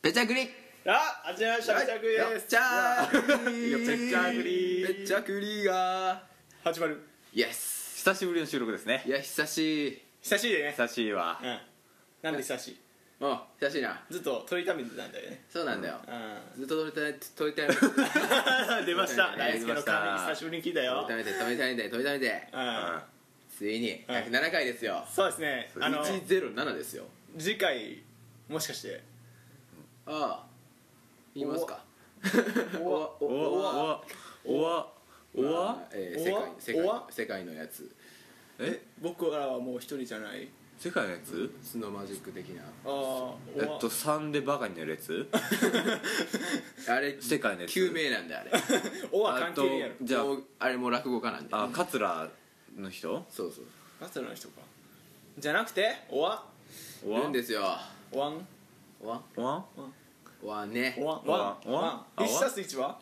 ぺちゃくり。 始めました。ぺちゃくりです。 ちゃーぺちゃくり。 ぺちゃくりが始まる。 イエス。 久しぶりの収録ですね。 いや久しい。 久しいでね。 久しいわ。 なんで久しい。 久しいな。 ずっと取りためてたんだよね。 そうなんだよ。 うずっと取りたい出ました。大輔の髪久しぶりに聞いたよ。 取りためてついに107回ですよ。 そうですね。 107ですよ。 次回もしかして言いますか。世界のやつ。 僕らはもう一人じゃない。 世界のやつ？ スノーマジック的な。 3でバカになるやつ？ あれ世界のやつ。 救命なんだあれ。 おは関係ねえやろ。 じゃああれも落語家なんで。 桂の人？ そうそう。 桂の人か。じゃなくておわ。 いるんですよ。 おわん。 おわん？ おわんね。 おわん。1たす1は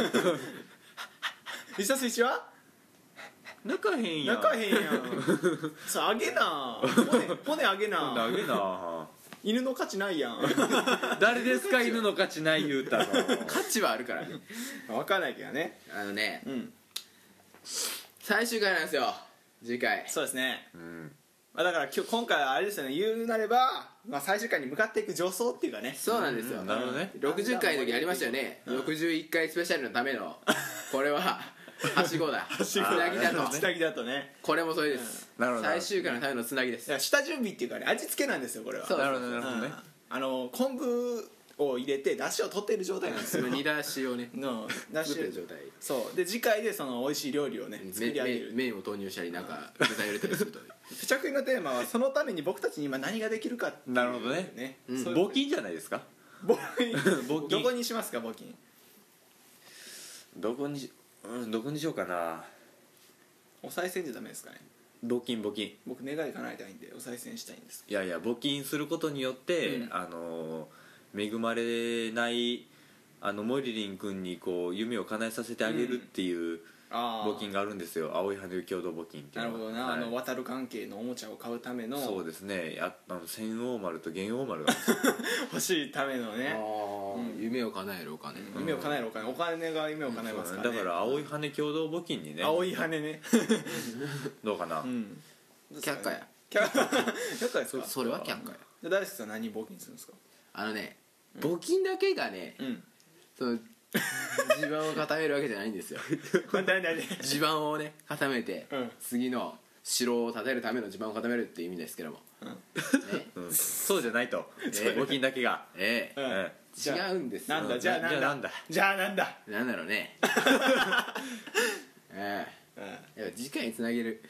1たす1は泣かへんやん。 さああげな。骨あげな。犬の価値ないやん。 誰ですか犬の価値ない言うたの。 価値はあるからね。 分かんないけどね。 最終回なんですよ次回。 そうですね。だから今回はあれですよね。言うなれば最終回に向かっていく助走っていうかね。 そうなんですよ。 なるほどね。 60回の時ありましたよね。61回スペシャルのためのこれははしごだ。つなぎだとね。これもそれです。最終回のためのつなぎです。 下準備っていうかね、味付けなんですよこれは。 そう。 なるほどね。 昆布を入れて出汁を取っている状態なんですよ。 煮出しをね出してる状態。そうで次回でその美味しい料理をね作り上げる。 麺を投入したりなんか具材入れたりすると。 ぺちゃくりのテーマはそのために僕たちに今何ができるかっていう。 なるほどね。募金じゃないですか。 どこにしますか募金。 どこにしようかな。 お賽銭じゃダメですかね。 募金。 僕願い叶えたいんでお賽銭したいんです。 いや募金することによって恵まれないモリリン君にこう夢を叶えさせてあげるっていう募金があるんですよ。青い羽共同募金っていうのは。 なるほどな。渡る関係のおもちゃを買うための。 そうですね。千王丸と元王丸が欲しいためのね。 夢を叶えるお金。 夢を叶えるお金。お金が夢を叶えますからね。 だから青い羽共同募金にね。 青い羽ね。 どうかな。 却下や。 却下ですか。 それは却下や。 じゃあ大輔さん何募金するんですか。 募金だけがね、その地盤を固めるわけじゃないんですよ。地盤をね固めて次の城を建てるための地盤を固めるっていう意味ですけども、 そうじゃないと。募金だけが違うんですよ。 じゃあなんだなんだろうね。やっぱ次回につなげる。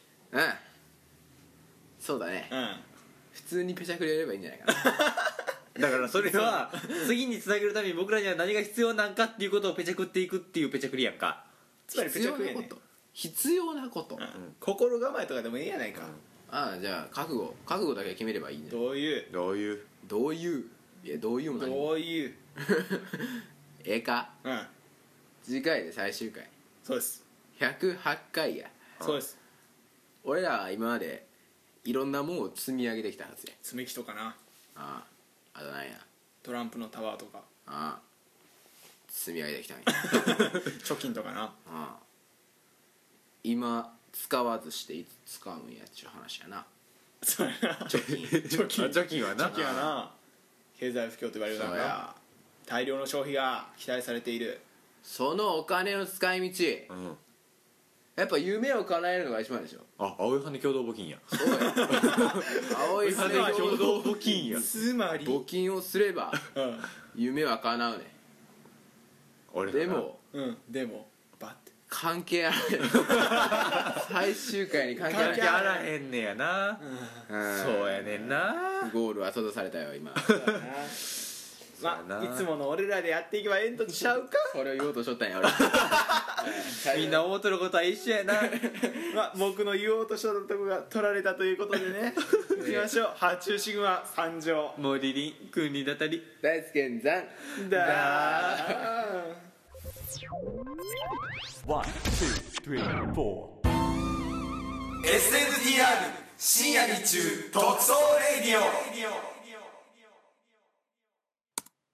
そうだね。普通にぺちゃくりやればいいんじゃないかな。 だからそれは次につなげるために僕らには何が必要なんかっていうことをぺちゃくっていくっていうぺちゃくりやんか。 つまりぺちゃくりやね。 必要なこと。 心構えとかでもいいやないか。 じゃあ覚悟だけ決めればいいんだよ。 どういういやどういうも何も。 どういうええか。次回で最終回。 そうです。 108回や。 そうです。 俺らは今までいろんなものを積み上げてきたはずや。 積み木とかな。 あとなんやトランプのタワーとか積み上げてきたんや。 貯金とかな。 今使わずしていつ使うんやっちゅう話やな。 そうやな。 貯金はな。経済不況と言われる中大量の消費が期待されている。 そのお金の使い道、やっぱ夢を叶えるのが一番でしょ。 青い羽共同募金や。 青い羽共同募金や。 つまり募金をすれば夢は叶うね。でもバッて関係あらへん。最終回に関係あらへんねやな。そうやねんな。 ゴールは閉ざされたよ今。 いつもの俺らでやっていけばええんとちゃうか。 これを言おうとしとったんや俺。 みんな思ってることは一緒やな。 僕の言おうとしとったとこが取られたということでね。いきましょう。ハチュウシグマ参上。 モリリン君にだたり大輔んざんだ 1、2、3、4 SNTR 深夜日中特捜レイディオ。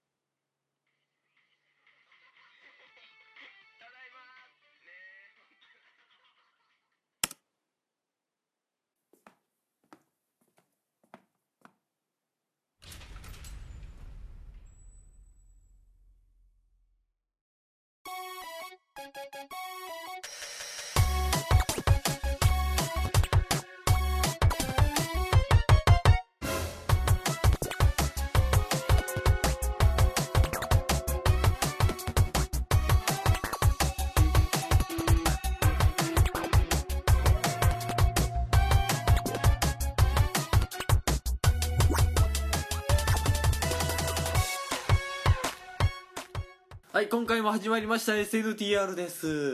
はい、今回も始まりました SNTR です。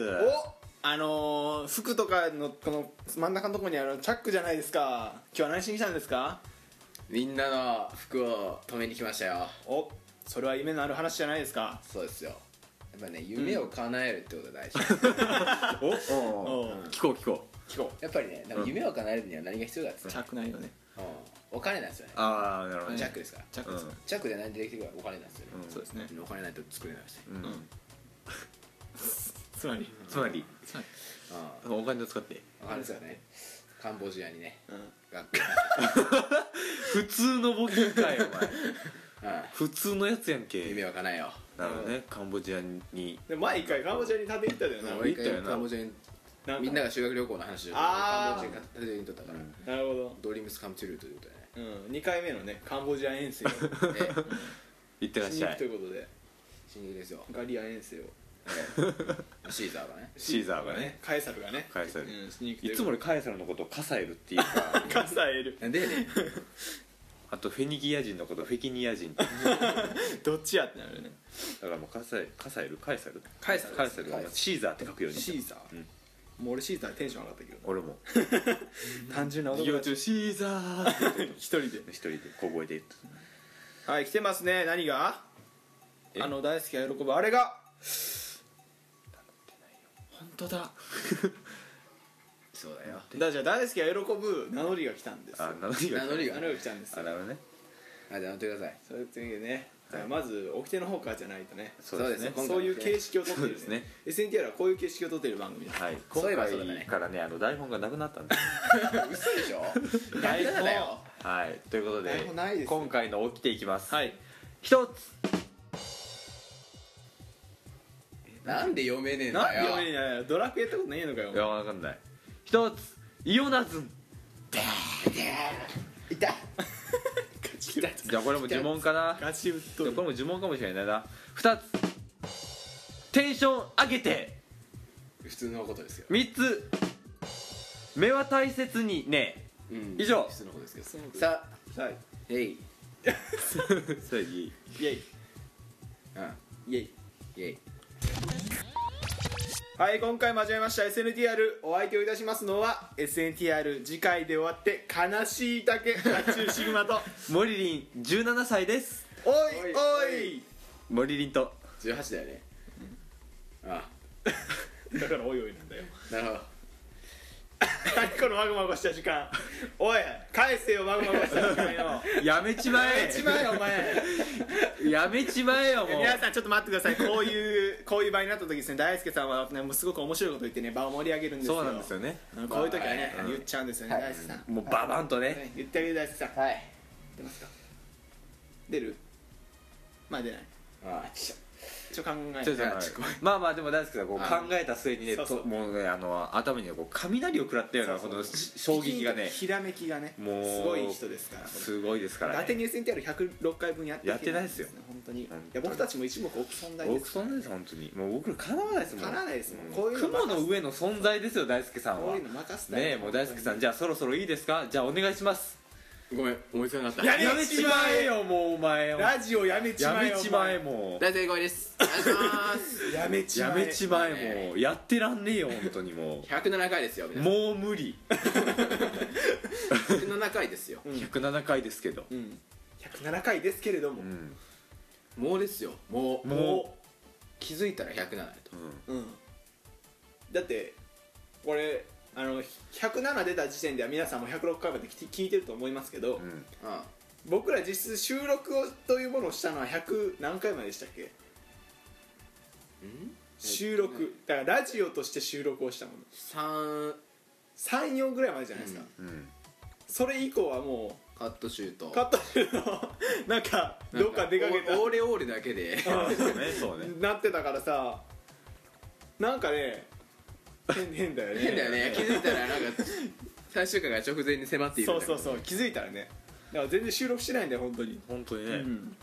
服とかのこの真ん中のところにあるチャックじゃないですか。今日は何しに来たんですか？ みんなの服を止めに来ましたよ。 お、それは夢のある話じゃないですか。 そうですよ。やっぱね、夢を叶えるってことが大事。 聞こう聞こう。 やっぱりね、なんか夢を叶えるには何が必要だっつって、 チャックないよね。 お金なんですよね。 ああ、なるほどね。 チャックですから。 チャックですね。 チャックで何でできてるかお金なんですよね。 そうですね。 お金ないと作れないし。 つまりお金を使ってお金ですよね。カンボジアにね、 普通の募金かよお前。普通のやつやんけ。 夢を叶えよなるほどね。カンボジアにで毎回カンボジアに立てに行ったよな。 う。カンボジアにみんなが修学旅行の話でカンボジアに立てにとったから、 なるほど。 ドリームスカムトゥルーということでね。 2回目のねカンボジア遠征を行ってらっしゃいということで、 新劇ですよ。 ガリア遠征をシーザーがね。 シーザーがね、 カエサルがね、 カエサルしに行くといういつも俺カエサルのことをカサエルっていうかカサエルなんでね。 あとフェニギア人のことをフェキニア人ってどっちやってなるね。 だからもうカサエルカエサルカエサルカエサルがシーザーって書くようにシーザー、もう俺シーザーテンション上がったけど、 俺も単純な男授業中シーザーって一人で一人で小声で言ってはい、来てますね。何が大好きが喜ぶあれが本当だそうだよ。 じゃあ大好きが喜ぶ名乗りが来たんですよ。 名乗りが名乗りが名乗りが来たんですよ。 なるほどね。 じゃあ乗ってください。 そういう次でね、じゃあまず掟の方からじゃないとね、 そうですね。 そういう形式をとっているそうですね。 SNTR はこういう形式をとっている番組です。 はい。 そういえばそう今だね回からね台本がなくなったんです嘘でしょ。 台本だよ。 はいということで台本ないですよ今回の起きていきます。 はい。 一つなんで読めねえんなんだよ。 で読めねえんだよ。ドラクエやったことないのかよ。 いやわかんない。一つイオナズン。 いた。 じゃあこれも呪文かな。 ガチぶっとるこれも呪文かもしれないな。二つテンション上げて。 普通のことですよ。 三つ目は大切にね。以上普通のことですけど。さあ、 はい。 ヘイ。 それいい。 イェイうん。 イェイ。 イェイ。 はい、今回交えました SNTR お相手をいたしますのは SNTR 次回で終わって悲しいだけ発注シグマとモリリン17歳です。 おいおいモリリンと 18だよね。あだからおいおいなんだよ。 あ、なるほど。 何このマゴマゴした時間。おい返せよマゴマゴした時間よ。 やめちまえ一番よお前。 やめちまえよもう。 皆さんちょっと待ってください。こういう場になった時ですね、大輔さんはねもうすごく面白いこと言ってね場を盛り上げるんですよ。 そうなんですよね。 こういう時はねまあ言っちゃうんですよね、 はい大輔さん。 もうババンとね。 言ってあげて大輔さん。 はい。 出ますか。出る？まあ出ない。 ああ、ちょ。 考えちょっとて。 まあまあでも大好きだこう考えた末にねそうそうもうね頭にこう雷を食らったようなこの衝撃がねひらめきがねもうすごい人ですから。 すごいですから伊達ね。 ニュース NTR106 回分やってないですよ本当に。いや僕たちも一目置く存在です。 僕そんなです本当にもう僕らかなわないですもん。 かなわないですもん。こういうの雲の上の存在ですよ大輔さんは。 こういうの任せたねえもう大輔さんじゃあそろそろいいですか。じゃあお願いします。 ごめん、思いつかなかった。 やめちまえよもうお前ラジオやめちまえよ。 やめちまえもう大体声です。お願いします。 やめちまえ。 やめちまえもうやってらんねえよ本当にも 107回ですよ。 うもう無理。 107回ですよ。 107回ですけど 107回ですけれども、 もうですよ。もうも気づいたら107やと。 だってこれ107出た時点では皆さんも106回まで聞いてると思いますけど、 あ僕ら実質収録をというものをしたのは100何回まででしたっけ。収録だからラジオとして収録をしたもの34ぐらいまでじゃないですか、それ以降はもカットシュート。 うカットのなんかどっか出かけたオーレオーレだけで。 そうねなってたからさ、 なんかね変だよね変だよね。気づいたらなんか最終回が直前に迫っているんだそう気づいたらね。だから全然収録してないんだよ本当に。 本当にね、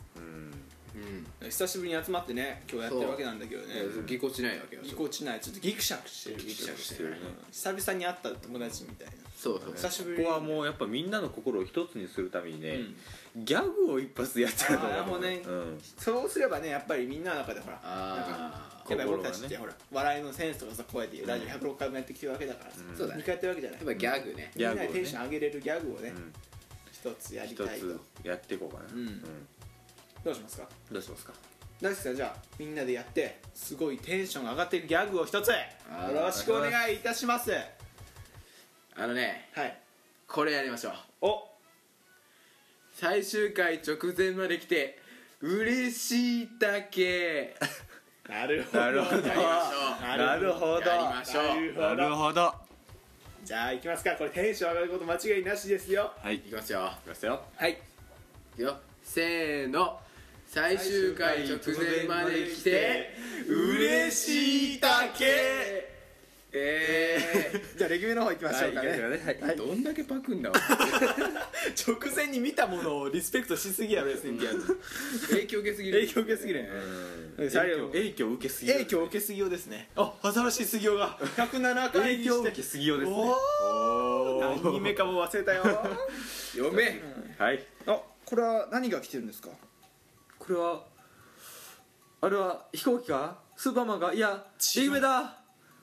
久しぶりに集まってね今日やってるわけなんだけどね。 ぎこちないわけよ。 ぎこちない、ちょっとギクシャクしてる。久々に会った友達みたいな。 そう久しぶりに。 ここはもうやっぱみんなの心を一つにするためにね、ギャグを一発やってるとなるほどね、そうすればねやっぱりみんなの中でほらなんかやっぱり僕たちってほら笑いのセンスとかさこうやってラジオ106回もやってきてるわけだからさ、 そうだね、 2回やってるわけじゃない。 やっぱギャグね、 みんなでテンション上げれるギャグをね一つやりたいと。 一つやっていこうかな。 どうしますか。 どうしますか。 大好きさん、じゃあみんなでやってすごいテンション上がってるギャグを一つよろしくお願いいたします。 あのね、 はい、 これやりましょう。 お、 最終回直前まで来て嬉しいだけ。 なるほどなるほどなるほどやりましょう。 なるほど。 じゃあいきますか。これテンション上がること間違いなしですよ。 はい、 いきますよ。 いきますよ。 はい、 いくよ、せーの。最終回直前まで来て嬉しいだけ。 じゃあレギュメの方行きましょうかね。 はい、どんだけパクんだわ。 直前に見たものをリスペクトしすぎやろですね。 影響受けすぎる。 影響受けすぎるね。 影響受けすぎる。 影響受けすぎようですね。あ、新しい杉尾が107回にして影響受けすぎようですね。 何人目かも忘れたよ。 読め。 はい。 あ、これは何が来てるんですか。 これはあれは飛行機かスーパーマンか、いやレギュメだ。 は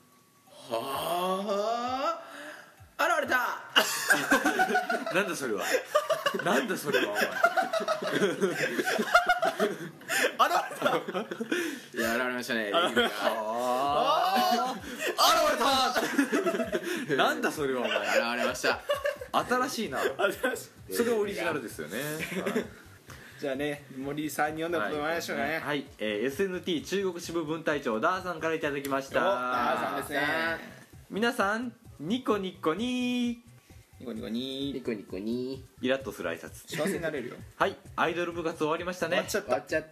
あ、現れた。 なんだそれは。なんだそれはお前。 いや、現れましたね。 現れた。なんだそれはお前。 現れました。 新しいな。それはオリジナルですよね。 じゃあね、森さんに読んだこともありましょうかね。 はい、SNT 中国支部分隊長ダーさんからいただきました。 ダーさんですね。 皆さんニコニコにニコニコにニコニコにイラッとする挨拶。 幸せになれるよ。 はい、アイドル部活終わりましたね。 終わっちゃった。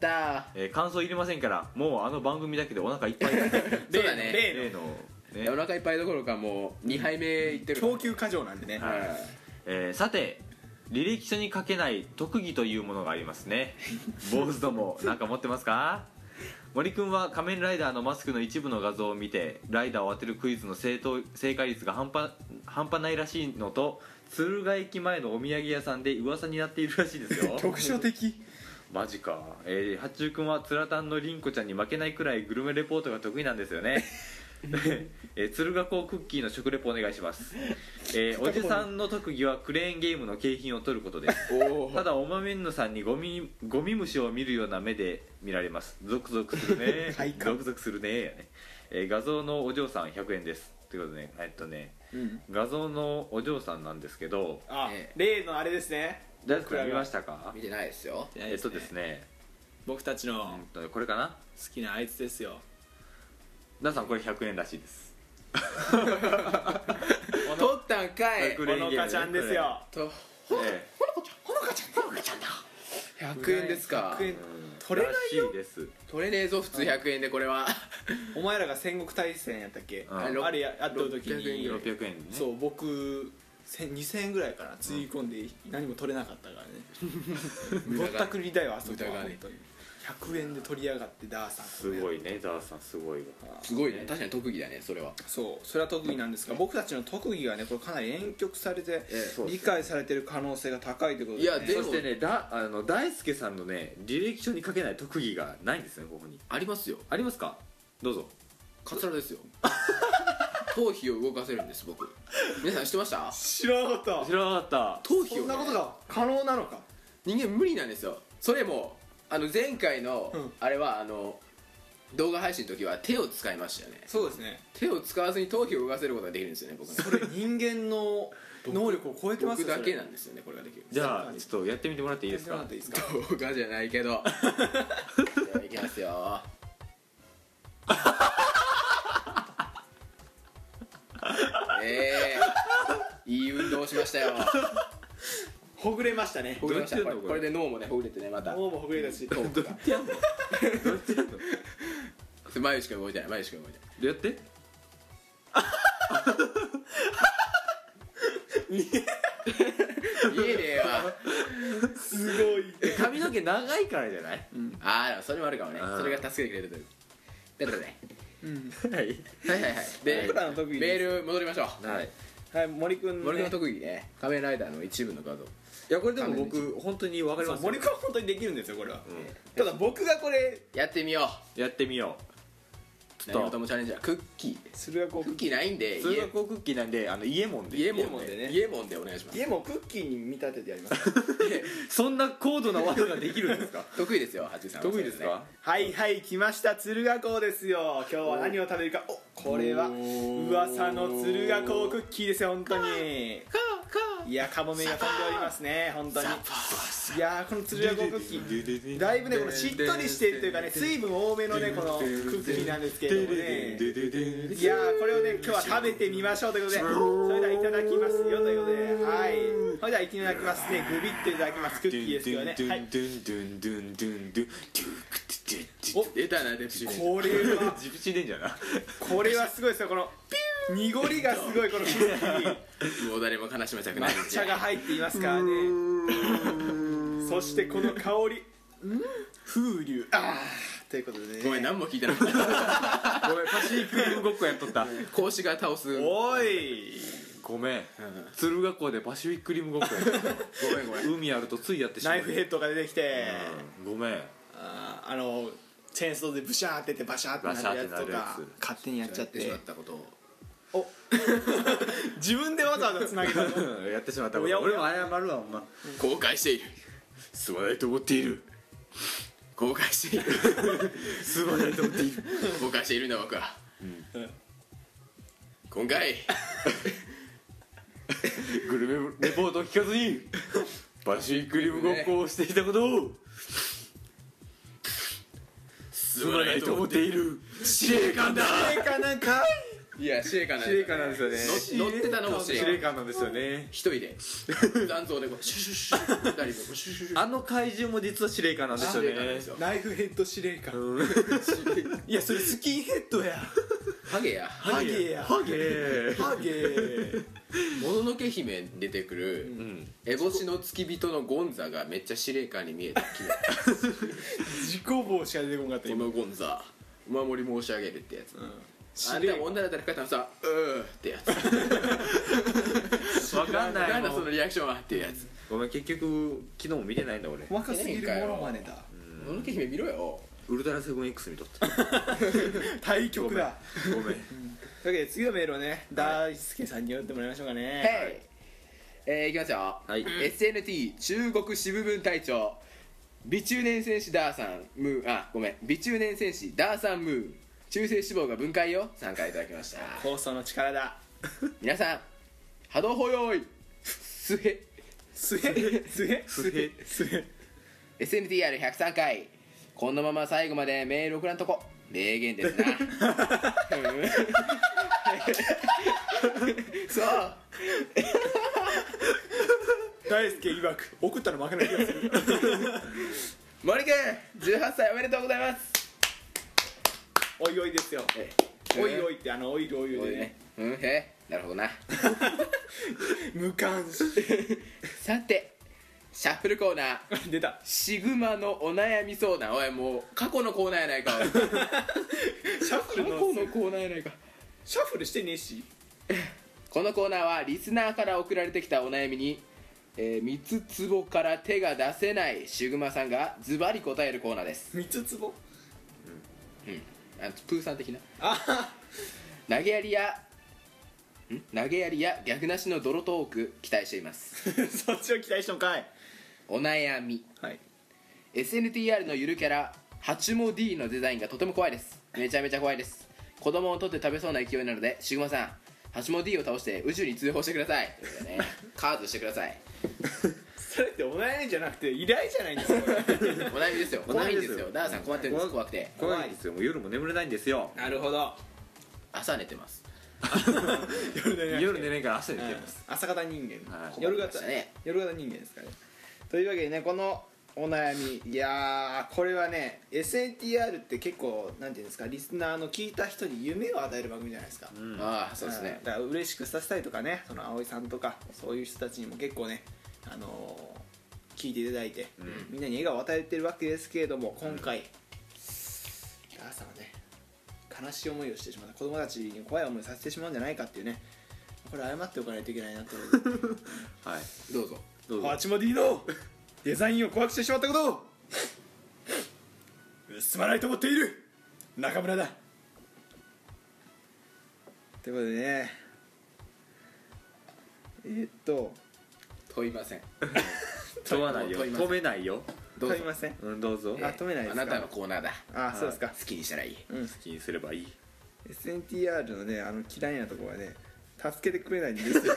感想いりませんから、もうあの番組だけでお腹いっぱいだ。 そうだね。 例のお腹いっぱいどころかもう2杯目いってる。 供給過剰なんでね。 さて、履歴書に書けない特技というものがありますね。坊主どもなんか持ってますか。森くんは仮面ライダーのマスクの一部の画像を見てライダーを当てるクイズの正解率が半端ないらしいのと、敦賀駅前のお土産屋さんで噂になっているらしいですよ。 局所的。 マジか。八中くんはつらたんのりんこちゃんに負けないくらいグルメレポートが得意なんですよね。敦賀港クッキーの食レポお願いします。おじさんの特技はクレーンゲームの景品を取ることです。ただおまめんのさんにゴミ虫を見るような目で見られます。ゾクゾクするね。ゾクゾクするねやね。画像のお嬢さん100円ですということでね、画像のお嬢さんなんですけど、 例のあれですね。 大丈夫見ましたか。 見てないですよ。 ですね、 僕たちのこれかな、 好きなあいつですよ。 ダンさんこれ100円らしいです。 取ったんかい。 ほのかちゃんですよ。 ほのかちゃんだ。100円ですか。 100円取れないよ。 取れねえぞ普通100円で。これはお前らが戦国大戦やったっけ、あれやった時に 600円ね。 そう、僕2000円ぐらいからつぎ込んで何も取れなかったからね。ぼったくりだよあそこは。本当に100円で取りやがってダーさん。 すごいね、ダーさんすごいわ。 すごいね、確かに特技だねそれは。 そう、それは特技なんですが、僕たちの特技がねこれかなり婉曲されて理解されてる可能性が高いということで、 いやでもそしてね、大輔さんのね履歴書に書けない特技がないんですね。ここにありますよ。 ありますか。どうぞ。 カツラですよ。頭皮を動かせるんです僕。皆さん知ってました。 知らなかった。 知らなかった。 頭皮を、 そんなことが可能なのか。 人間無理なんですよ。それも前回の、あれは動画配信の時は手を使いましたよね。 そうですね。 手を使わずに頭皮を動かせることができるんですよね僕ね。 それ人間の能力を超えてますよ。 僕だけなんですよねこれができる。 じゃあちょっとやってみてもらっていいですか。 動画じゃないけど。じゃあいきますよ。いい運動しましたよ。 ほぐれましたね。 ほぐれました。これで脳もねほぐれてね、また脳もほぐれたし、 どうやってやんの。どうやってやんの。 眉しか動いてない。眉しか動いてない。 やって見えねえわ。 すごい髪の毛長いからじゃない？ ああそれもあるかもね。それが助けてくれるという。だからね。 はいはいはいはい。で僕らの特技メール戻りましょう。 はい。 はい森くん森君の特技ね、仮面ライダーの一部の画像。 いやこれでも僕本当に分かりますよ。 森くんは本当にできるんですよこれは、ただ僕がこれやってみよやってみよう。 う。何事もチャレンジャークッキー。 それはこうクッキーないんで、 通学校クッキーなんでイエモンで。 イエモンイエモンでねイエモンでお願いします。 家もクッキーに見立ててやりますそんな高度な技ができるんですか？ 得意ですよ、八さん。 得意ですか？ はいはい来ました敦賀港ですよ。今日は何を食べるか。おこれは噂の敦賀港クッキーですよ本当に。いやカモメが飛んでおりますね本当に。いやこの敦賀港クッキーだいぶねこのしっとりしているというかね水分多めのねこのクッキーなんですけれどもね。いやこれをね今日は食べてみましょうということで、それではいただきますよということで、はい、それではいただきますね。グビッといただきますクッキーですよね。はい、 お出たなデプシこれはジプシーでんじゃな。 これはすごいですよ。この濁りがすごいこのクッキーにもう誰も悲しめたくない。 抹茶が入っていますからね。そしてこの香り風流ということでね。 ごめん何も聞いてなかった。 ごめんパシフィックリムごっこやっとった。 格子が倒す。 おいごめん。敦賀港でパシフィックリムごっこやっとった。 ごめんごめん。 海あるとついやってしまう。 ナイフヘッドが出てきて、 ごめん。 チェーンソーでブシャーってやってバシャーってなるやつとか勝手にやっちゃってしまったことを。 お自分でわざわざつなげたのやってしまったこと。 おやおや俺も謝るわほんま。 後悔している。 すまないと思っている。 後悔している。 すまないと思っている。 後悔しているんだ僕は。今回グルメレポートを聞かずにパシフィックリムごっこをしていたことをすまないと思っている司令官だ。 司令官なんかいや司令官なん司令官なんですよね。 乗ってたのも司司令官。 令官なんですよね。 一人で残像でこうシュシュシュシュ二人でこうシュシュシュ。 あの怪獣も実は司令官なんですよね。 司令官なんですよ。 ナイフヘッド司令官いやそれスキンヘッドやハゲや。 ハゲやハゲハゲもののけ姫に出てくる烏帽子の付き人のゴンザがめっちゃ司令官に見えた気が。 自己棒しか出てこなかったこ今のゴンザお守り申し上げるってやつ。あん司令官たも女だったら書いたのさってやつ。 わかんない。 なんだそのリアクションはっていうやつ。 ごめん結局昨日も見てないんだ俺。 若すぎるモノマネだ。 もののけ姫見ろよ。 ウルトラセブン X 見とった。 対局だ。 ごめん。 というわけで次のメールをね大輔さんに読んでもらいましょうかね。 いきますよ。 はい。 SNT 中国支部分隊長美中年戦士ダーサンムーごめん美中年戦士ダーサンムー中性脂肪が分解よ参加いただきました。 酵素の力だ。 皆さん波動歩用意すへすへすへすへすへ SNTR103 回このまま最後までメール送らんとこ名言ですな。そう大輔曰く送ったら負けない気がする。 森君18歳おめでとうございます。 おいおいですよ。おいおいってオイルお湯でね。 なるほどな。 無関心。 さてシャッフルコーナー出た。 シグマのお悩み相談。おいもう過去のコーナーやないか。 シャッフル過去のコーナーやないか。 シャッフルしてねえし。 このコーナーはリスナーから送られてきたお悩みに三つ壺から手が出せないシグマさんがズバリ答えるコーナーです。 三つ壺。 プーさん的なあ投げやりや逆なしの泥トーク期待しています。 そっちを期待しとんかい。 お悩み、 はい。 SNTR のゆるキャラハチモ D のデザインがとても怖いです。めちゃめちゃ怖いです。子供を取って食べそうな勢いなのでシグマさんハチモ D を倒して宇宙に通報してくださいということでねカードしてください。 それってお悩みじゃなくて依頼じゃないんですか。 お悩みですよ。怖いんですよ。ダーさん困ってるんです。怖くて怖いですよ。もう夜も眠れないんですよ。 なるほど。 朝寝てます。 夜寝ないから朝寝てます。 朝方人間。 はい夜型困りましたね。 夜型人間ですかね。というわけでねこのお悩み、いやーこれはね SNTR って結構なんていうんですか、リスナーの聞いた人に夢を与える番組じゃないですか、 ああそうですね。 だから嬉しくさせたいとかね、その葵さんとかそういう人たちにも結構ね、聞いていただいて、みんなに笑顔を与えてるわけですけれども、今回ダーさんはね悲しい思いをしてしまった、子供たちに怖い思いをさせてしまうんじゃないかっていうね、これ謝っておかないといけないなと思うはいどうぞパチモ D のデザインを怖くしてしまったことをすまないと思っている中村だ。ということでね、 問いません。 問わないよ、止めないよ。 問いません。 どうぞ。 止めないですか。 あなたのコーナーだ。 あ、そうですか。 好きにしたらいい。 好きにすればいい。 SNTR のね、嫌いなところはね、助けてくれないんですよ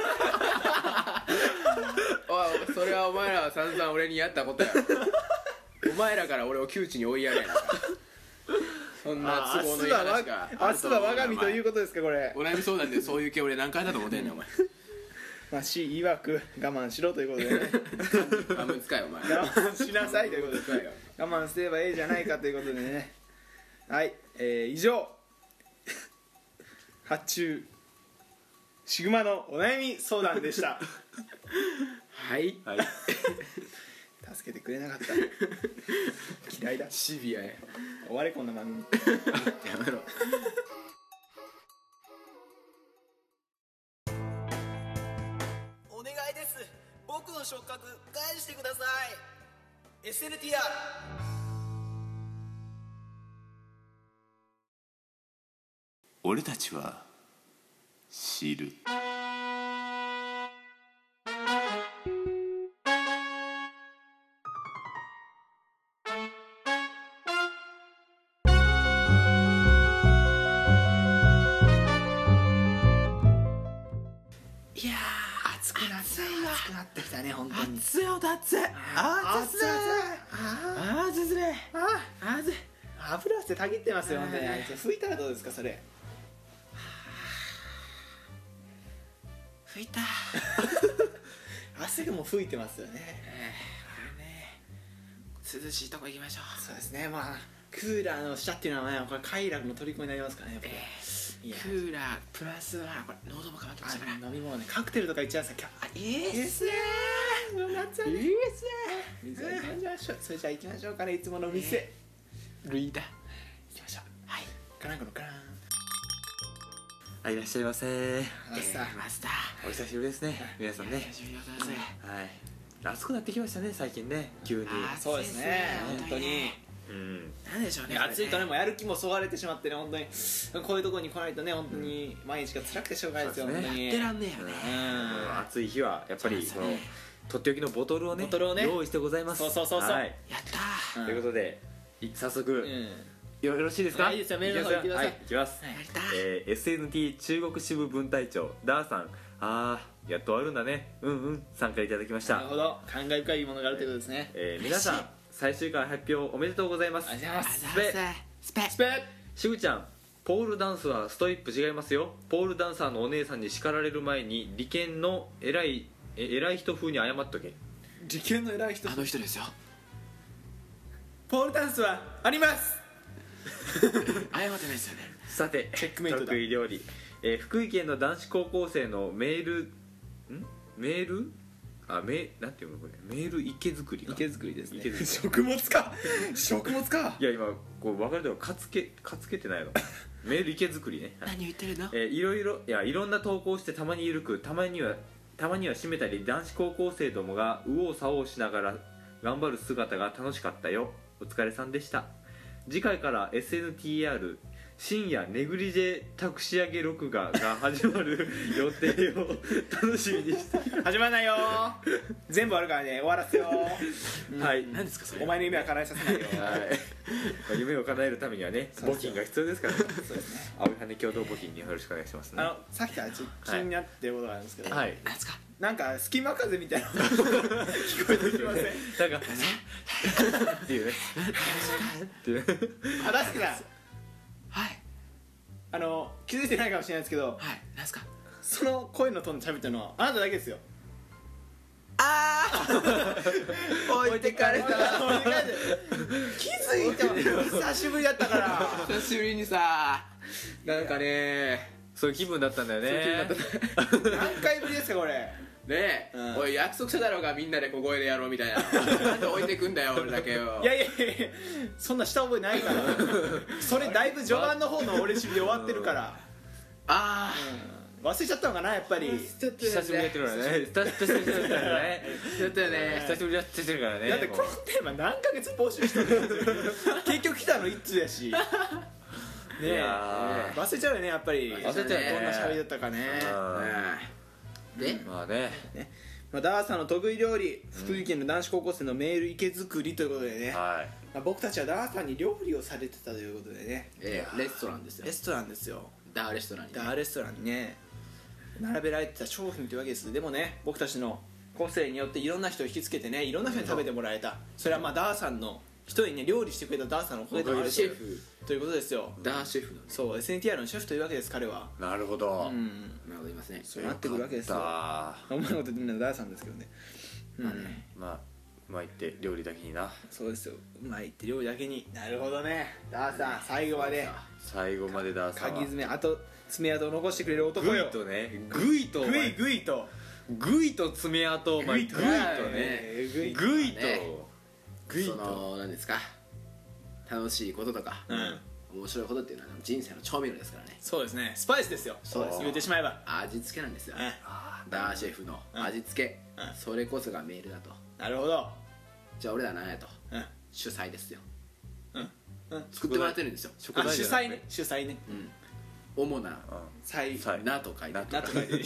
おい、それはお前らは散々俺にやったことやろ。お前らから俺を窮地に追いやれんのか。そんな都合のいい話が明日は我が身ということですか。これお悩み相談でそういう系俺何回だと思ってんねんお前。 まあ C 曰く我慢しろということでねあんまり使えよお前。 我慢しなさいということで使えよ。 我慢すればええじゃないかということでね。はい、以上発注シグマのお悩み相談でしたはいはい。 助けてくれなかった嫌いだ。 シビアや。 終われこんな番組やめろ。 お願いです、僕の触覚返してください。 SNTR。 俺たちは知る。 いやー暑くなってきたね、本当に。 熱いよだって。 暑い暑いですね。暑い。 油汗たぎってますよ、本当に。拭いたらどうですか、それ。 吹いた。 汗がもう吹いてますよね。 涼しいとこ行きましょう。 そうですね、まあクーラーの下っていうのはね、これ快楽の虜になりますからね、やっぱり。いやクーラープラスはこれ喉も渇きましたから。 飲み物ね、カクテルとかいっちゃうんですか。 いいですね。 夏はね、 いいですね。 水は行きましょう。それじゃあ行きましょうかね、いつものお店。 ルイだ。 行きましょう。はい。カランコのカラン。 いらっしゃいませ。 マスター。 マスター。 お久しぶりですね、皆さんね。 久しぶりでございます。 はい。暑くなってきましたね、最近ね、急に。 そうですね、本当に。 なんでしょうね。 暑いとね、もうやる気もそがれてしまってね、本当にこういうところに来ないとね、本当に毎日が辛くてしょうがないですよ、 そうですね本当に。 やってらんねえよね。 暑い日はやっぱりこのとっておきのボトルをね用意してございます。 そうそうそうそう。 はいやったー。 ということで早速うん。 よろしいですか。 いいですよ、メールの方行ってください。 はい、行きます。 やったー。 SNT 中国支部分隊長ダーさん、やっと終わるんだね、参加いただきましたなる。ほど、感慨深いものがあるということですね。 皆さん最終回発表おめでとうございます。 ありがとうございます。 スペ。 スペ。 しぐちゃん、ポールダンスはストイップ違いますよ。ポールダンサーのお姉さんに叱られる前に利権の偉い人風に謝っとけ。 受験の偉い人。 あの人ですよ。 ポールダンスはあります。 謝ってないですよね。 さて、 チェックメイトだ得意料理、福井県の男子高校生のメールなんていうのこれ、メール池作りか。 池作りですね。 池作り食物か。食物か。 いや今こう分かるとかつけてないのメール池作りね。 何言ってるの？ いろんな投稿してたまに緩く、たまには締めたり、男子高校生どもが右往左往しながら頑張る姿が楽しかったよ。お疲れさんでした。次回から SNTR 深夜ネグリジェ託し上げ録画が始まる予定を楽しみにして始まらないよ。全部あるからね、終わらせよ。 はい、 何ですかそれ？ お前の夢は叶えさせないよ。 はい、夢を叶えるためにはね、募金が必要ですからね。 そうですね。 青い羽共同募金によろしくお願いしますね。 さっきから気になってることがあるんですけど、 はい、 何ですか？ なんか隙間風みたいな聞こえてきません？ なんかっていうねっていうあ、確かはい気づいてないかもしれないですけど、 はい。何ですか？ その声のトーンで喋ってるのはあなただけですよ。 置いてかれた。 気づいても久しぶりだったから久しぶりにさ、なんかね、 そういう気分だったんだよね。 何回ぶりですかこれ。 ねえ、おい約束しただろうが、みんなで小声でやろうみたいな。なんで置いてくんだよ俺だけよ。 いやいやいや、そんなした覚えないからそれだいぶ序盤の方の俺しびで終わってるから。 あ忘れちゃったのかなやっぱり。 久しぶりやってるからね。久しぶりやってるからね。 だったよね。 久しぶりやってるからね。 だってこのテーマ何ヶ月募集してるんですよ結局来たの1通やしねえ、忘れちゃうよねやっぱり。 忘れちゃうね。 どんな喋りだったかね。 で、 まあね、 ダーさんの得意料理、福井県の男子高校生のメール池作りということでね、僕たちはダーさんに料理をされてたということでね、 レストランですよ。 レストランですよ。 ダーレストランに、 ダーレストランにね並べられてた商品というわけです。でもね、僕たちの個性によっていろんな人を引きつけてね、いろんな人に食べてもらえた。それはまあダーさんの一人ね、料理してくれたダーさんのおかげでもあるシェフということですよ。 ダーシェフの、 そう SNTR のシェフというわけです彼は。 なるほど。 うん、 なるほど、いますね。 そうなってくるわけですよ。お前のことみんなダーさんですけどね。 まあ言って料理だけにな。 そうですよ、うまいって料理だけに。なるほどね、ダーさん最後まで最後までダーさんは鍵爪爪痕を残してくれる男よ。 グイとね、グイとグイと爪痕、お前グイとね、グイとその何ですか、楽しいこととか面白いことっていうのは人生の調味料ですからね。 そうですね、スパイスですよ。 そうですよ、 言ってしまえば味付けなんですよ。ダーシェフの味付け、それこそがメールだと。 なるほど。 じゃあ俺ら何やと、主催ですよ。作って食もらってるんですよ。 主催ね、主催ね。 主ななと書いて、 なと書いて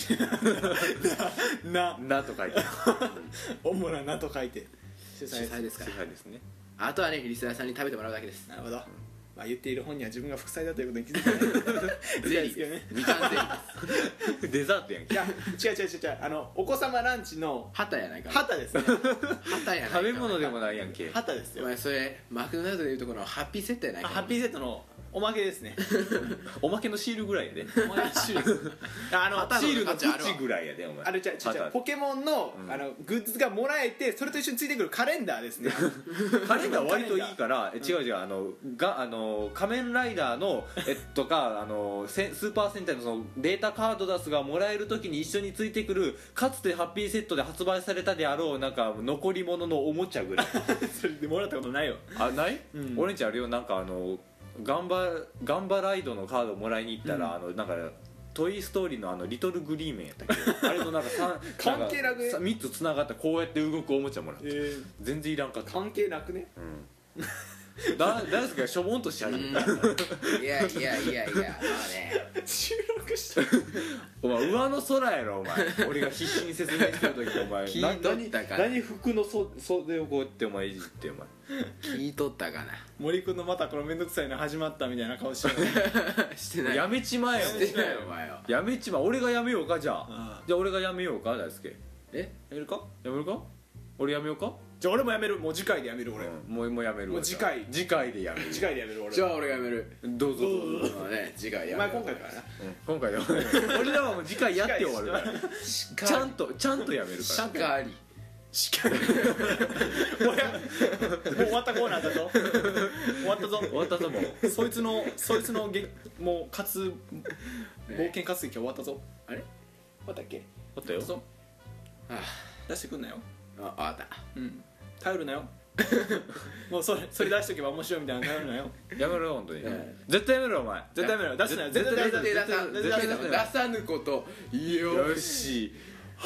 なと書いて主ななと書いて主催ですから。 主催ですね。 あとはね、リスナーさんに食べてもらうだけです。 なるほど。まあ言っている本には自分が副菜だということに気づいてないゼリーです。みかんゼリーです。 デザートやんけ。 いや違う、お子様ランチの旗やないか。 旗ですね。 旗やないか。 食べ物でもないやんけ。 旗ですよ。 お前それマクドナルドでいうところのハッピーセットやないか。 ハッピーセットのおまけですね。 おまけのシールぐらいやで。 おまけのシール。 シールの縁ぐらいやでお前。 あれ違うポケモンのグッズがもらえて、それと一緒についてくるカレンダーですね。 カレンダー割といいから、違う仮面ライダーのとかスーパー戦隊のそのデータカードダスがもらえる時に一緒についてくる、かつてハッピーセットで発売されたであろうなんか残り物のおもちゃぐらい。 それでもらったことないよ。 あ、ない？俺んちあるよ。なんかガンバライドのカードをもらいに行ったら、なんかトイ・ストーリーのリトルグリーメンやったっけあれとなんか関係なくね、 3つつながったこうやって動くおもちゃもらって、全然いらんかった。 関係なくね。 大好きがしょぼんとしちゃう。 いやまあね、 収録してお前上の空やろお前。俺が必死に説明してる時お前聞いとったかな。 何服の袖をこうやってお前いじってお前聞いとったかな。 森君のまたこのめんどくさいの始まったみたいな顔してる。 してない。 やめちまえよ。 してないよお前よ。 やめちまえ。俺がやめようか。じゃあ俺がやめようか大輔。 やめるか。 俺やめようか。 じゃあ俺もやめる。もう次回でやめる俺。 もうやめる。 もう次回でやめる。 次回でやめる俺。 じゃあ俺がやめる。 どうぞ。 ね、次回やまあめる。 今回からな。 今回で俺らはもう次回やって終わるから。ちゃんとやめるから。 しっかり。 しっかり。もう終わったコーナーだぞ。終わったぞもう。そいつのもう冒険活劇は終わったぞ。あれ？終わったっけ？ 終わったよ。 出してくんなよ。 あった。 頼るなよ。もうそれ出しとけば面白いみたいなの頼るなよ。 やめろよ本当に。絶対やめろお前。 絶対やめろ。出すなよ。絶対出さぬこと。 よし。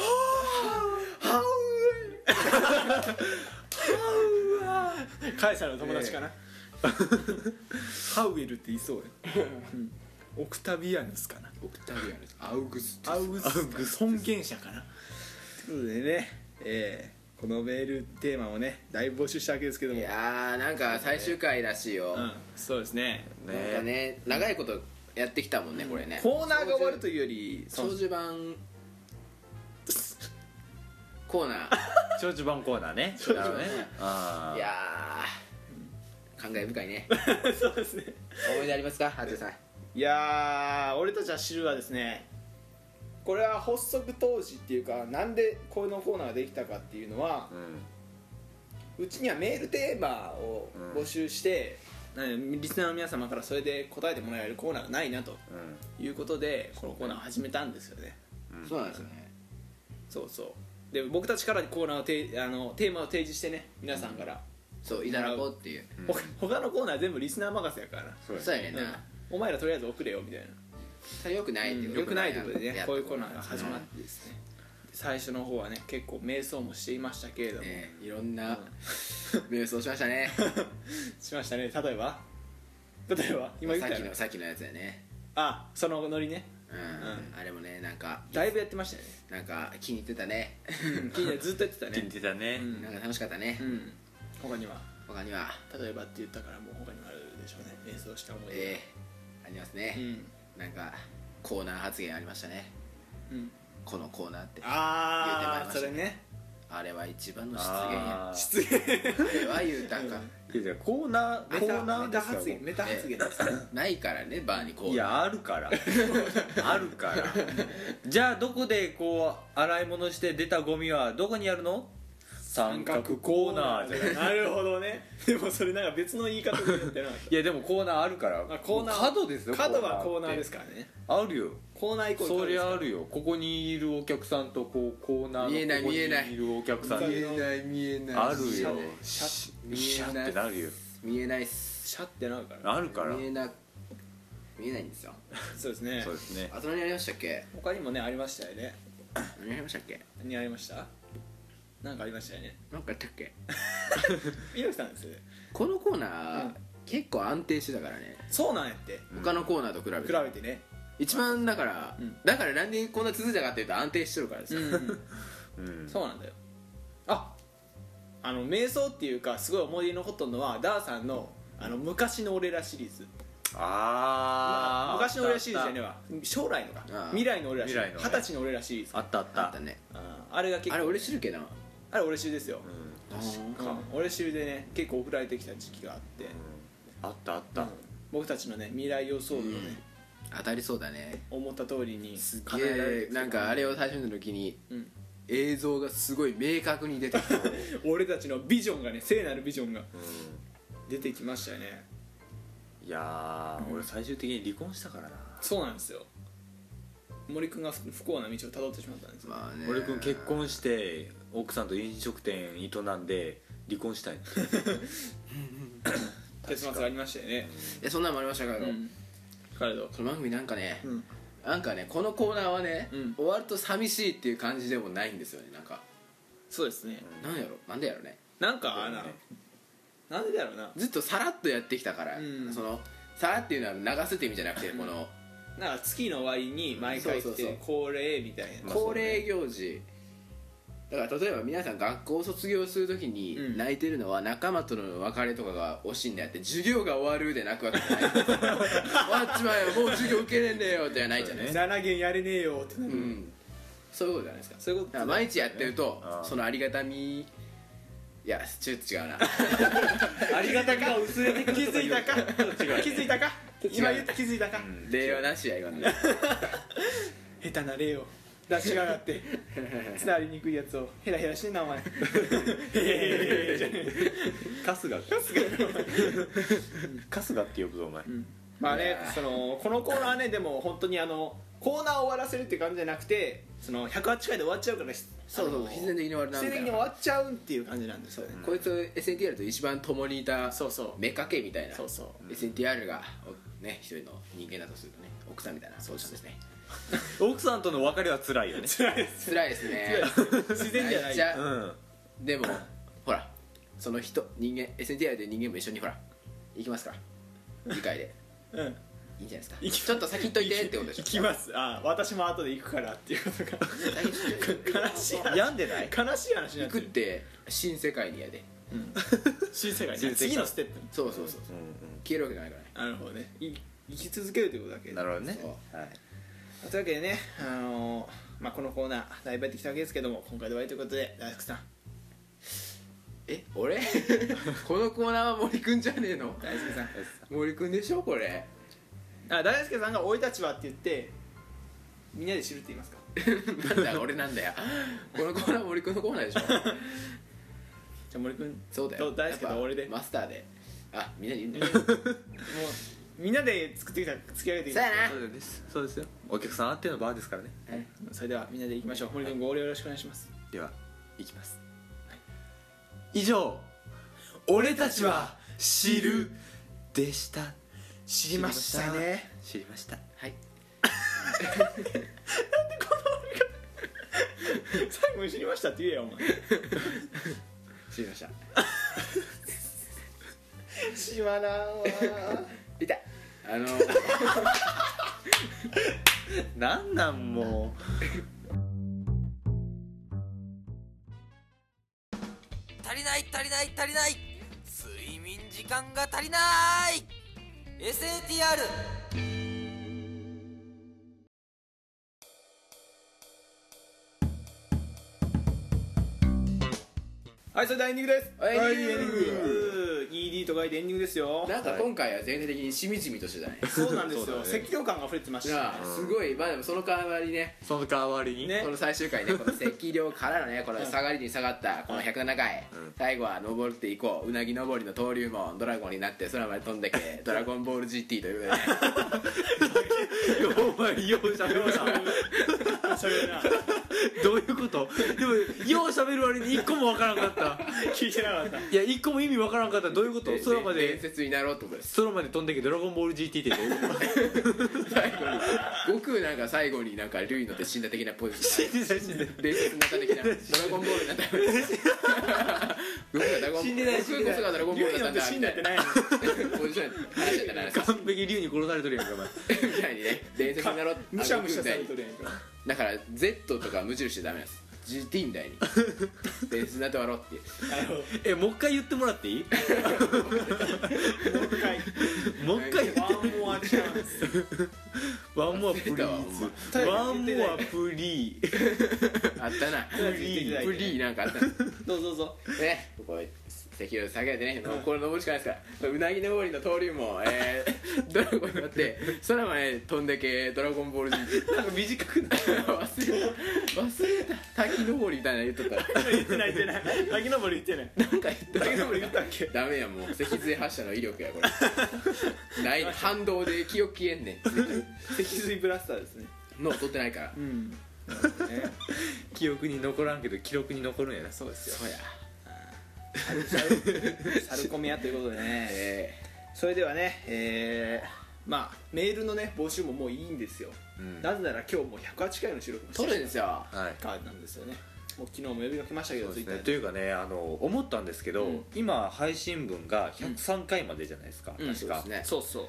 カエサルの友達かな。ハウエルって言いそうや。オクタビアヌスかな。 オクタビアヌス。アウグス尊厳者かな。ということでね、このメールテーマをねだいぶ募集したわけですけども。 いやーなんか最終回らしいよ。 そうですね。 なんかね長いことやってきたもんねこれね。 コーナーが終わるというより長寿版コーナー。 長寿版コーナーね。 長寿版ね。 ああ。 いやー感慨深いね。 そうですね。 思い出ありますかハトさん。 いやー俺たちは知るはですね、 これは発足当時っていうか、なんでこのコーナーができたかっていうのは、うちにはメールテーマを募集して、リスナーの皆様からそれで答えてもらえるコーナーがないなということで、このコーナーを始めたんですよね。 そうなんですよね。 そうそう。で僕たちからコーナーをテーマを提示してね、皆さんからそういただこうっていう。 他のコーナーは全部リスナー任せやからな。 そうやねんな。 お前らとりあえず送れよみたいな。 それよくないっていう。 よくないってことでね、こういうコーナーが始まってですね、最初の方はね結構瞑想もしていましたけれども、 いろんな瞑想しましたね。 しましたね。例えば今言ったよね、 さっきのやつやね。 あ、そのノリね。 あれもね、なんかだいぶやってましたよね。 なんか気に入ってたね。 ずっとやってたね。 気に入ってたね。 なんか楽しかったね。 他には例えばって言ったからもう他にもあるでしょうね、瞑想した思い出。 ありますね。なんかコーナー発言ありましたね。このコーナーって言うてまいりました。それね、あれは一番の失言や。あれは言うたんか。 コーナーメタ発言ですないからね、バーにコーナー。 いや、あるからあるからじゃあどこでこう洗い物して出たゴミはどこにあるの？三角コーナーじゃない。 なるほどね。でもそれなんか別の言い方で言ってなかった。 いやでもコーナーあるから。 コーナー角ですよ。 角はコーナーですからね。 あるよ。 コーナーイコールそりゃあるよ。ここにいるお客さんとこうコーナーのここにいるお客さん。 見えないあるよ。 シャってなるよ。 見えないっす。 シャってなるから。 あるから。 見えないんですよ。 そうですね。 そうですね。 あと何ありましたっけ？ 他にもねありましたよね。 何ありましたっけ？ 何ありました？なんかありましたよね。 なんかやったっけ？ 猪木さんです。 このコーナー結構安定してたからね。 そうなんやって。 他のコーナーと比べてね。 一番だからなんでこんな続いたかっていうと安定してるからですよ。 そうなんだよ。瞑想っていうかすごい思い出に残ったのはダーさんの昔の俺らシリーズ。昔の俺らシリーズじゃねえわ、将来のか未来の俺らシリーズ、20歳の俺らシリーズあったね。 あれが結構、 あれ俺知るけど、 あれ俺知るですよ。俺知るでね結構送られてきた時期があって、 あった僕たちのね未来予想図をね当たりそうだね。 思った通りにすげえなんかあれを最初の時に映像がすごい明確に出てきた。 俺たちのビジョンがね、聖なるビジョンが出てきましたよね。 いや俺最終的に離婚したからな。 そうなんですよ。森くんが不幸な道をたどってしまったんですよ。 森くん結婚して奥さんと飲食店営んで離婚したい結末がありましたよね。 そんなのもありましたけど、その番組なんかねこのコーナーはね終わると寂しいっていう感じでもないんですよね。なんかそうですね。 なんでやろね。 なんかなんでだろうな。 ずっとさらっとやってきたから、そのさらっていうのは流すって意味じゃなくて、このなんか月の終わりに毎回来て恒例みたいな恒例行事だから、例えば皆さん学校を卒業するときに泣いてるのは仲間との別れとかが惜しいんであって、授業が終わるで泣くわけじゃない。終わっちまえよ、もう授業受けれんねえよってはないじゃない。 7限やれねえよってなる。 そういうことじゃないですか。 そういうこと。 毎日やってるとそのありがたみ、いやちょっと違うな。 ありがたみが薄れてくる。気づいたか今言って気づいたか。 礼はなしや今の。 下手な礼を出しやがって伝わりにくいやつをヘラヘラしてんなお前。 春日って呼ぶぞお前。 まあね、このコーナーね、でも本当にコーナーを終わらせるって感じじゃなくて、108回で終わっちゃうからそう必然的に終わるなみたいな。 必然的に終わっちゃうっていう感じなんですよね。 こいつ SNTR と一番共にいた目かけみたいな。SNTR がね一人の人間だとするとね、奥さんみたいなそうしたんですね。 奥さんとの別れは辛いよね。 辛いですね。 自然じゃない。 でもほらその人間 SNTR で人間も一緒にほら行きますから次回で。いいんじゃないですか。ちょっと先行っといてってことでしょ。 行きます。私も後で行くからっていうことが悲しい。 病んでない？ 悲しい話になってる。 行くって新世界にやで。 新世界に。次のステップ。 そう消えるわけじゃないからね。なるほどね。生き続けるということだけ。 なるほどね。 というわけでね、このコーナーだいぶやってきたわけですけども、今回で終わりということで、大輔さん。 俺このコーナーは森くんじゃねえの？ 大輔さん。 森くんでしょこれ。 大輔さんが「俺たちは」って言ってみんなで知るって言いますか。 なんだ俺なんだよこのコーナー森くんのコーナーでしょじゃあ森くんそうだよ大好きな俺でマスターでみんなで言うんだよもうみんなで作ってきた付き合いでいいそうやなそうですよ、お客さんあってのバーですからね。 それではみんなでいきましょう。森くんご了よろしくお願いします。 では行きます、以上俺たちは知るでした。 知りましたね。 知りました。 はい最後に知りましたって言えよお前。 知りましたしまらんわ痛いなんなんも足りない睡眠時間が足りない SATR。 はい、それではエンディングです。 はいエンディング ED と書いてエンディングですよ。 なんか今回は全体的にしみじみとしてたねそうなんですよ、 そうだね赤涼感が溢れてましたね。 すごいでもその代わりねその代わりにねこの最終回ねこの赤涼からのねこの下がりに下がったこの107回、最後は登っていこううなぎ登りの登竜門ドラゴンになって空まで飛んでけドラゴンボール GT ということでお前ようしゃべるなそれなどういうことでもようしゃべる割に一個もわからんかった聞いてなかった。 いや一個も意味わからんかった。どういうこと空まで伝説になろうってことです空まで飛んでけドラゴンボール GT ってどういうこと最後に悟空なんか最後になんか竜に乗って死んだ的なポジション伝説になった的なドラゴンボールになった悟空がドラゴン死んでない悟空こそがドラゴンボールだったんだ死んみたいなだってないの。 ポジション話してたな完璧竜に殺されとるやんかお前みたいにね伝説になろうむしゃむしゃされ悟空みたいにとるやんか。 だから Z とか無印でダメなんです GT みたいに伝説になって終わろうっていうなるほど。 もう一回言ってもらっていいもう一回もう一回言ってワンモアチャンス。 ワンモアプリーズワンモアプリーあったなプリーなんかあったなどうぞどうぞ。 ねここ赤涼下げてねこれ登るしかないですからうなぎ登りの登竜門ドラゴンに乗って空まで飛んでけドラゴンボール GT なんか短くない忘れた滝登りみたいなの言っとった言ってない滝登り言ってない。 なんか言った滝登り言ったっけ。 ダメやもう脊髄発射の威力やこれない反動で記憶消えんねん脊髄ブラスターですね。 脳取ってないからうん。 記憶に残らんけど記録に残るんやな。 そうですよ。 そうやサルコミヤということでね、それではね、まあメールのね募集ももういいんですよ、なぜなら今日もう108回の収録も取るんですよはいからなんですよね。もう昨日も呼びかけましたけど、 そうですね、 ツイッターというかね思ったんですけど、今配信分が103回までじゃないですか、確か、 ねそうそう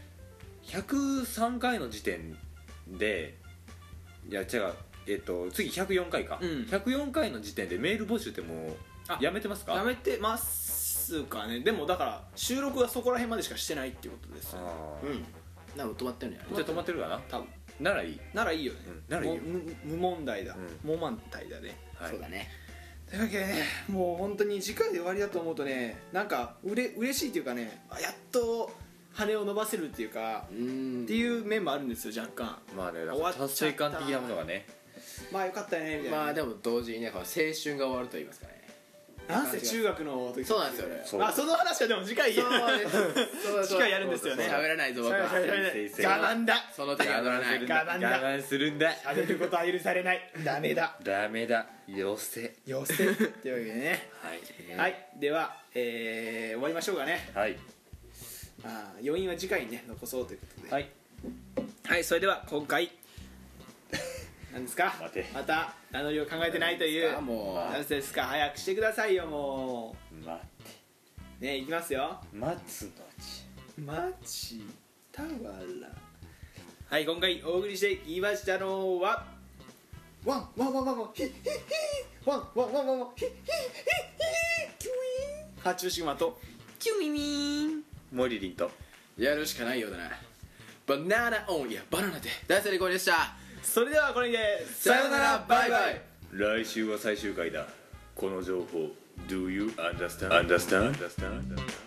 103回の時点でいや違う次104回か、104回の時点でメール募集ってもうやめてますか？ やめてますかね。でもだから収録がそこら辺までしかしてないっていうことですよね。 なんか止まってるんやじゃあ止まってるかな。 多分ならいい。 ならいいよね、 ならいいよ無問題だ、無問題だね。 そうだねというわけでね、もう本当に次回で終わりだと思うとね、なんか嬉しいっていうかね、やっと羽を伸ばせるっていうかっていう面もあるんですよ、若干。 まあね、だから達成感的なものがね、 まあよかったねみたいな。 まあでも同時にねこの青春が終わると言いますかね。 なんせ中学の時。 そうなんですよね。 あ、その話はでも次回次回やるんですよね。 喋らないぞ僕は。 我慢だ。 その手には乗らない。 我慢だ。 我慢するんだ。 喋ることは許されない。ダメだ。 ダメだ。よせ。 よせ。というわけでね。はい。では終わりましょうかね。 はい。 余韻は次回にね残そうということで。 はい。 はい。それでは今回。何ですか。また名乗りを考えてないという。何ですか。早くしてくださいよもう。待ってね、いきますよ。 待つのち。 待ちたわら。はい、今回お送りしてきましたのはワンワンワンワンワンヒッヒッヒーワンワンワンワンワンヒッヒッヒッキュイーンハチュウシグマとキュミミーンモリリンとやるしかないようだな。バナナオン、いやバナナで大成功でした。 それではこれでさよならバイバイ。 来週は最終回だ。この情報 Do you understand?